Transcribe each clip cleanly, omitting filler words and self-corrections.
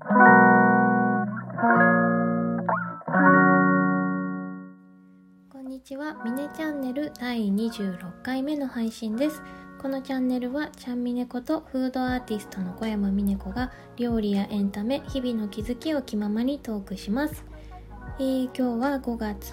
こんにちは、ミネチャンネル第26回目の配信です。このチャンネルはちゃんみねことフードアーティストの小山みね子が料理やエンタメ、日々の気づきを気ままにトークします。今日は5月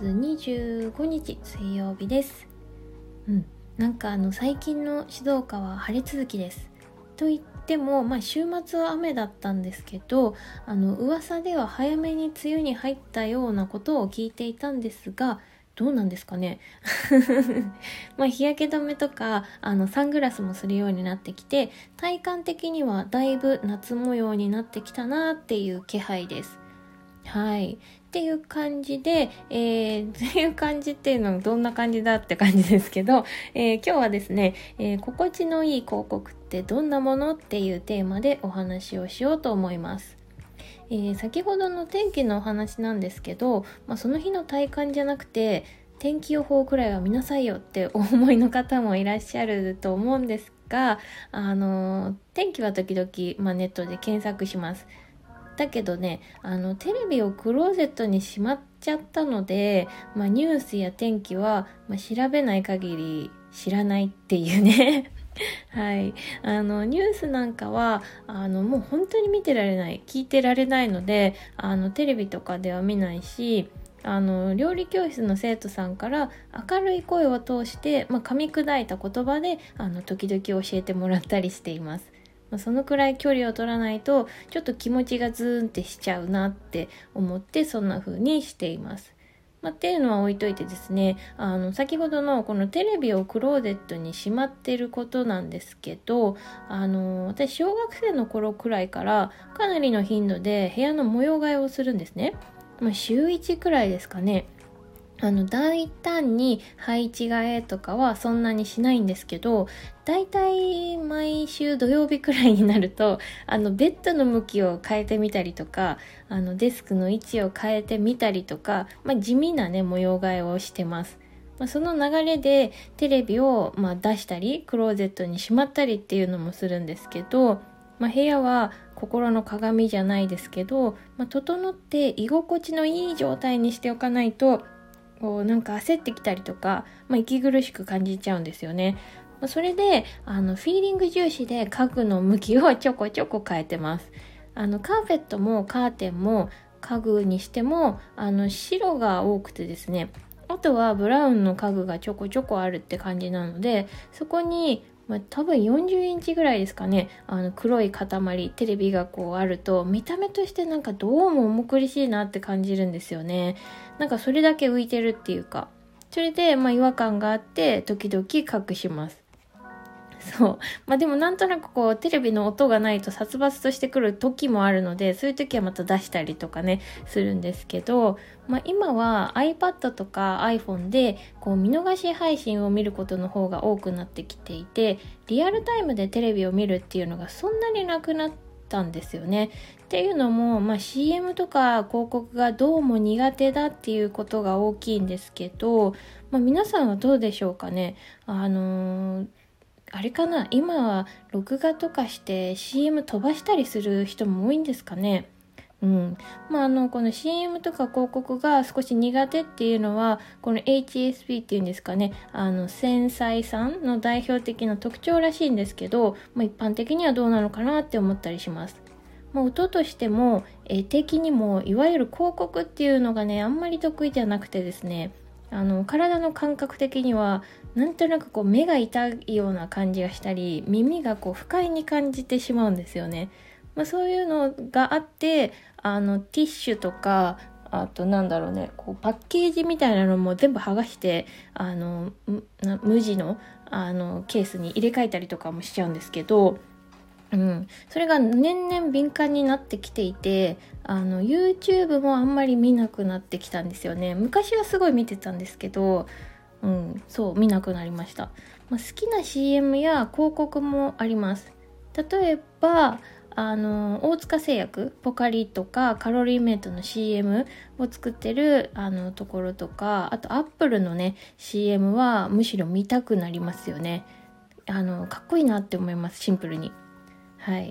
25日水曜日です。なんか最近の静岡は晴れ続きです。と言っても、週末は雨だったんですけど、噂では早めに梅雨に入ったようなことを聞いていたんですが、どうなんですかね日焼け止めとかサングラスもするようになってきて、体感的にはだいぶ夏模様になってきたなっていう気配です。はいっていう感じで、っていう感じっていうのはどんな感じだって感じですけど、今日はですね、心地のいい広告ってどんなものっていうテーマでお話をしようと思います。先ほどの天気のお話なんですけど、その日の体感じゃなくて天気予報くらいは見なさいよってお思いの方もいらっしゃると思うんですが、天気は時々、ネットで検索します。だけどね、テレビをクローゼットにしまっちゃったので、ニュースや天気は、調べない限り知らないっていうねはい、ニュースなんかはもう本当に見てられない、聞いてられないので、テレビとかでは見ないし、料理教室の生徒さんから明るい声を通して、噛み砕いた言葉で時々教えてもらったりしています。そのくらい距離を取らないとちょっと気持ちがズーンってしちゃうなって思って、そんな風にしています。っていうのは置いといてですね、先ほどのこのテレビをクローゼットにしまってることなんですけど、私小学生の頃くらいからかなりの頻度で部屋の模様替えをするんですね。週1くらいですかね。大胆に配置替えとかはそんなにしないんですけど、だいたい毎週土曜日くらいになるとベッドの向きを変えてみたりとか、デスクの位置を変えてみたりとか、地味なね模様替えをしてます。その流れでテレビを出したりクローゼットにしまったりっていうのもするんですけど、部屋は心の鏡じゃないですけど、整って居心地のいい状態にしておかないと、なんか焦ってきたりとか、息苦しく感じちゃうんですよね。それでフィーリング重視で家具の向きをちょこちょこ変えてます。カーペットもカーテンも家具にしても白が多くてですね、あとはブラウンの家具がちょこちょこあるって感じなので、そこに多分40インチぐらいですかね、黒い塊テレビがあると見た目としてなんかどうも重苦しいなって感じるんですよね。なんかそれだけ浮いてるっていうか、それで違和感があって時々隠します。でもなんとなくテレビの音がないと殺伐としてくる時もあるので、そういう時はまた出したりとかねするんですけど、今は iPad とか iPhone で見逃し配信を見ることの方が多くなってきていて、リアルタイムでテレビを見るっていうのがそんなになくなったんですよね。っていうのも、CM とか広告がどうも苦手だっていうことが大きいんですけど、皆さんはどうでしょうかね。あれかな、今は録画とかして CM 飛ばしたりする人も多いんですかね。この CM とか広告が少し苦手っていうのは、この HSP っていうんですかね、繊細さんの代表的な特徴らしいんですけど、一般的にはどうなのかなって思ったりします。音としても的にもいわゆる広告っていうのがね、あんまり得意じゃなくてですね、体の感覚的にはなんとなく目が痛いような感じがしたり、耳が不快に感じてしまうんですよね。そういうのがあって、ティッシュとか、あとパッケージみたいなのも全部剥がして無地のケースに入れ替えたりとかもしちゃうんですけど、それが年々敏感になってきていて、YouTube もあんまり見なくなってきたんですよね。昔はすごい見てたんですけど、見なくなりました。好きな CM や広告もあります。例えば大塚製薬ポカリとかカロリーメイトの CM を作ってるところとか、あとアップルのね CM はむしろ見たくなりますよね。かっこいいなって思います、シンプルに。はい。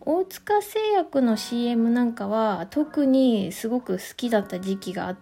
大塚製薬の CM なんかは特にすごく好きだった時期があって、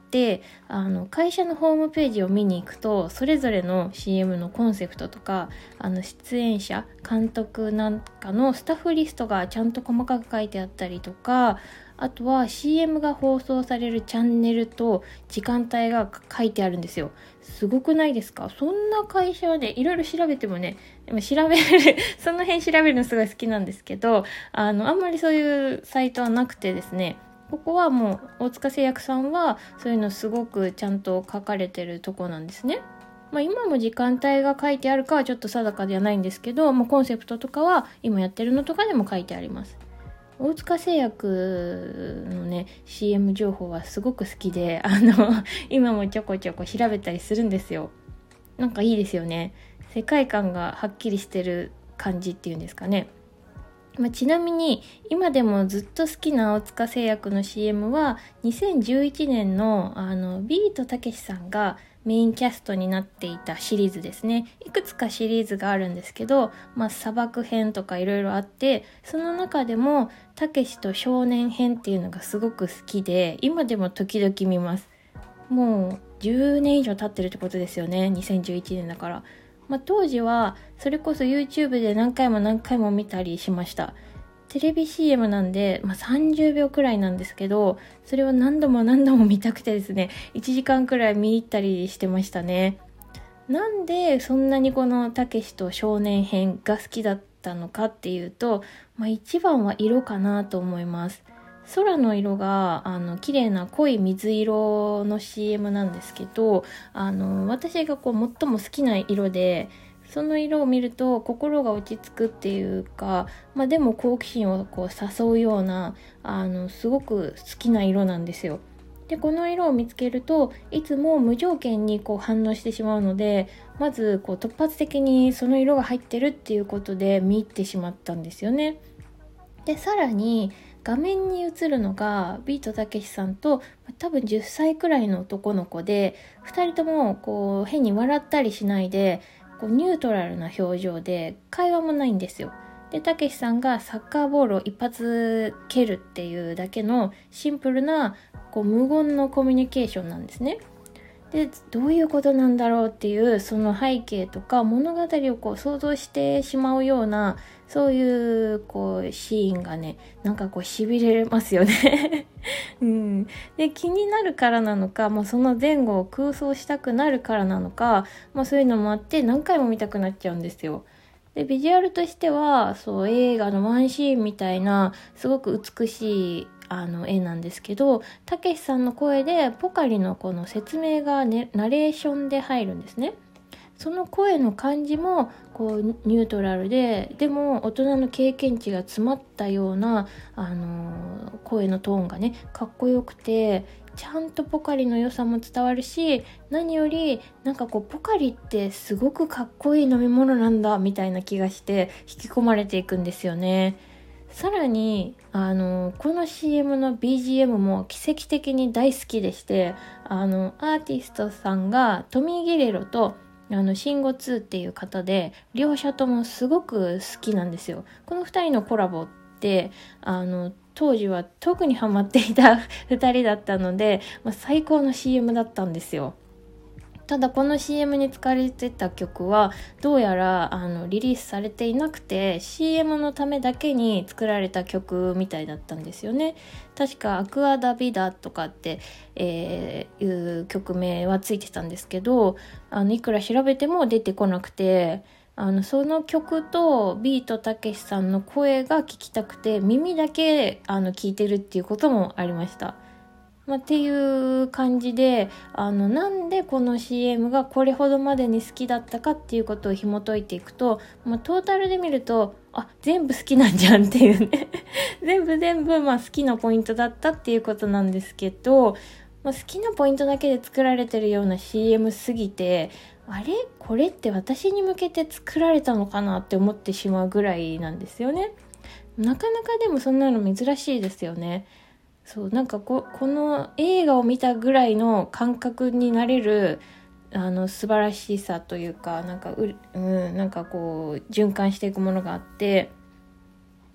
会社のホームページを見に行くとそれぞれの CM のコンセプトとか出演者監督なんかのスタッフリストがちゃんと細かく書いてあったりとか、あとは CM が放送されるチャンネルと時間帯が書いてあるんですよ。すごくないですか？そんな会社はね、いろいろ調べてもね、調べるその辺調べるのすごい好きなんですけど、あんまりそういうサイトはなくてですね、ここはもう大塚製薬さんはそういうのすごくちゃんと書かれてるとこなんですね。今も時間帯が書いてあるかはちょっと定かではないんですけど、コンセプトとかは今やってるのとかでも書いてあります。大塚製薬のね CM 情報はすごく好きで、今もちょこちょこ調べたりするんですよ。なんかいいですよね。世界観がはっきりしてる感じっていうんですかね。ちなみに今でもずっと好きな大塚製薬の CM は2011年のビートたけしさんがメインキャストになっていたシリーズですね。いくつかシリーズがあるんですけど、砂漠編とかいろいろあって、その中でもたけしと少年編っていうのがすごく好きで、今でも時々見ます。もう10年以上経ってるってことですよね。2011年だから。当時はそれこそ YouTube で何回も見たりしました。テレビ CM なんで、30秒くらいなんですけど、それを何度も見たくてですね、1時間くらい見入ったりしてましたね。なんでそんなにこのたけしと少年編が好きだったのかっていうと、一番は色かなと思います。空の色が綺麗な濃い水色の CM なんですけど、私が最も好きな色で、その色を見ると心が落ち着くっていうか、でも好奇心を誘うようなすごく好きな色なんですよ。でこの色を見つけるといつも無条件に反応してしまうので、まず突発的にその色が入ってるっていうことで見入ってしまったんですよね。でさらに画面に映るのがビートたけしさんと多分10歳くらいの男の子で、2人とも変に笑ったりしないでニュートラルな表情で会話もないんですよ。でたけしさんがサッカーボールを一発蹴るっていうだけのシンプルな無言のコミュニケーションなんですね。でどういうことなんだろうっていうその背景とか物語を想像してしまうような、そういうシーンがね、なんか痺れますよね、で気になるからなのか、その前後を空想したくなるからなのか、そういうのもあって何回も見たくなっちゃうんですよ。でビジュアルとしては映画のワンシーンみたいなすごく美しい絵なんですけど、たけしさんの声でポカリのこの説明が、ナレーションで入るんですね。その声の感じもニュートラルで、でも大人の経験値が詰まったような、声のトーンがねかっこよくて、ちゃんとポカリの良さも伝わるし、何よりポカリってすごくかっこいい飲み物なんだみたいな気がして引き込まれていくんですよね。さらにこの CM の BGM も奇跡的に大好きでして、アーティストさんがトミー・ギレロとシンゴ2っていう方で、両者ともすごく好きなんですよ。この2人のコラボって当時は特にハマっていた2人だったので、最高の CM だったんですよ。ただこの CM に使われてた曲はどうやらリリースされていなくて CM のためだけに作られた曲みたいだったんですよね。確かアクアダビダとかって、いう曲名はついてたんですけど、いくら調べても出てこなくて、その曲とビートたけしさんの声が聞きたくて耳だけ聞いてるっていうこともありました。っていう感じでなんでこの CM がこれほどまでに好きだったかっていうことを紐解いていくと、トータルで見ると全部好きなんじゃんっていうね全部好きなポイントだったっていうことなんですけど、好きなポイントだけで作られてるような CM すぎて、これって私に向けて作られたのかなって思ってしまうぐらいなんですよね。なかなかでもそんなの珍しいですよね。この映画を見たぐらいの感覚になれる素晴らしさというか、循環していくものがあって、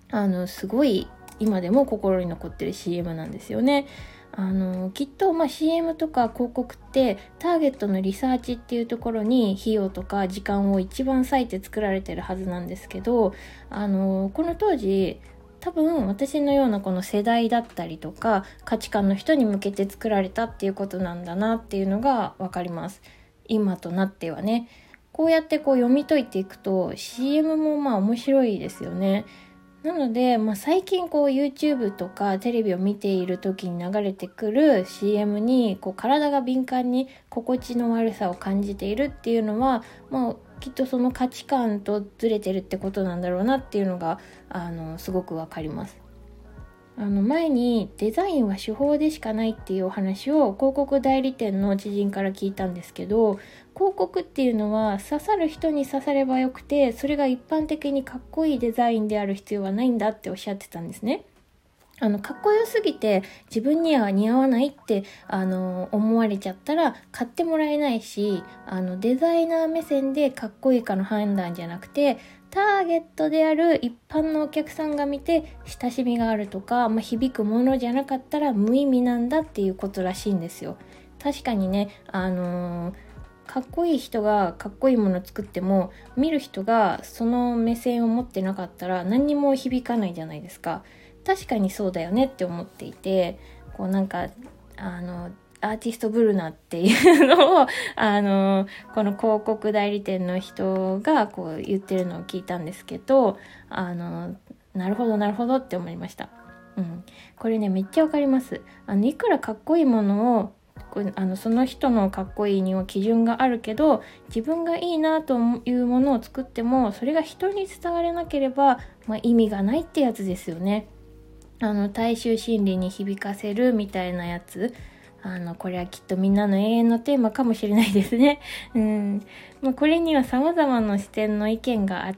すごい今でも心に残ってる CM なんですよね。きっとCM とか広告ってターゲットのリサーチっていうところに費用とか時間を一番割いて作られてるはずなんですけど、この当時多分私のようなこの世代だったりとか価値観の人に向けて作られたっていうことなんだなっていうのがわかります。今となってはね、こうやって読み解いていくと CM も面白いですよね。なので、最近YouTube とかテレビを見ている時に流れてくる CM に体が敏感に心地の悪さを感じているっていうのは、きっとその価値観とずれてるってことなんだろうなっていうのがすごくわかります。前にデザインは手法でしかないっていうお話を広告代理店の知人から聞いたんですけど、広告っていうのは刺さる人に刺さればよくて、それが一般的にかっこいいデザインである必要はないんだっておっしゃってたんですね。かっこよすぎて自分には似合わないって思われちゃったら買ってもらえないし、デザイナー目線でかっこいいかの判断じゃなくて、ターゲットである一般のお客さんが見て親しみがあるとか、響くものじゃなかったら無意味なんだっていうことらしいんですよ。確かにね、かっこいい人がかっこいいものを作っても見る人がその目線を持ってなかったら何にも響かないじゃないですか。確かにそうだよねって思っていて、アーティストブルナっていうのをこの広告代理店の人が言ってるのを聞いたんですけど、なるほどなるほどって思いました。これねめっちゃわかります。いくらかっこいいものをその人のかっこいいには基準があるけど、自分がいいなというものを作ってもそれが人に伝われなければ、意味がないってやつですよね。大衆心理に響かせるみたいなやつ、これはきっとみんなの永遠のテーマかもしれないですね。これには様々な視点の意見があって、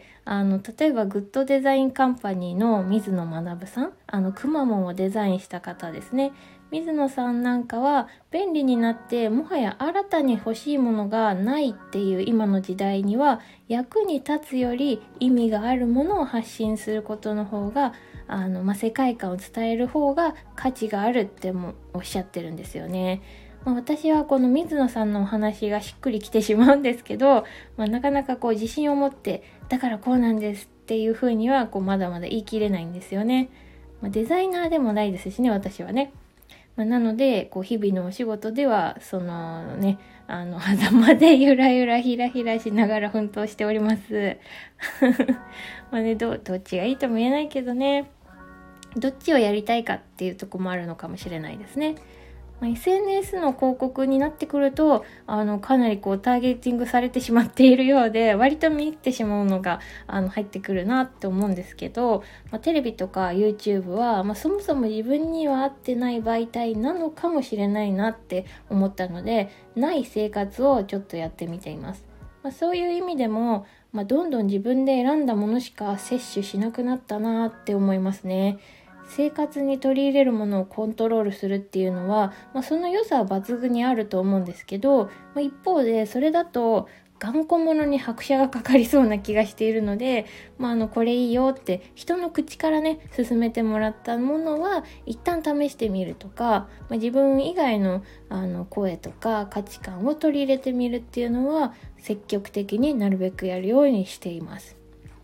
例えばグッドデザインカンパニーの水野学さん、くまモンをデザインした方ですね。水野さんなんかは便利になってもはや新たに欲しいものがないっていう今の時代には、役に立つより意味があるものを発信することの方が世界観を伝える方が価値があるってもおっしゃってるんですよね。私はこの水野さんのお話がしっくりきてしまうんですけど、なかなか自信を持ってだからこうなんですっていう風にはまだまだ言い切れないんですよね。デザイナーでもないですしね、私はね。なので日々のお仕事ではそのね狭間でゆらゆらひらひらしながら奮闘しておりますどっちがいいとも言えないけどね、どっちをやりたいかっていうとこもあるのかもしれないですね。SNS の広告になってくるとかなりターゲティングされてしまっているようで、割と見入ってしまうのが入ってくるなって思うんですけど、テレビとか YouTube は、そもそも自分には合ってない媒体なのかもしれないなって思ったので、ない生活をちょっとやってみています。そういう意味でも、どんどん自分で選んだものしか摂取しなくなったなって思いますね。生活に取り入れるものをコントロールするっていうのは、その良さは抜群にあると思うんですけど、一方でそれだと頑固者に拍車がかかりそうな気がしているので、これいいよって人の口からね勧めてもらったものは一旦試してみるとか、自分以外の声とか価値観を取り入れてみるっていうのは積極的になるべくやるようにしています。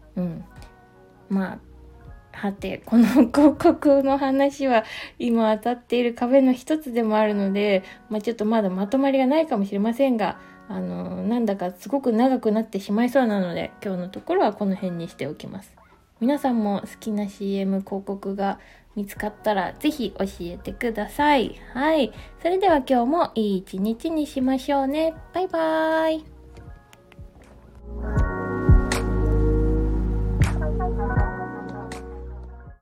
はて、この広告の話は今当たっている壁の一つでもあるので、ちょっとまだまとまりがないかもしれませんが、なんだかすごく長くなってしまいそうなので、今日のところはこの辺にしておきます。皆さんも好きな CM 広告が見つかったらぜひ教えてください。はい。それでは今日もいい一日にしましょうね。バイバーイ。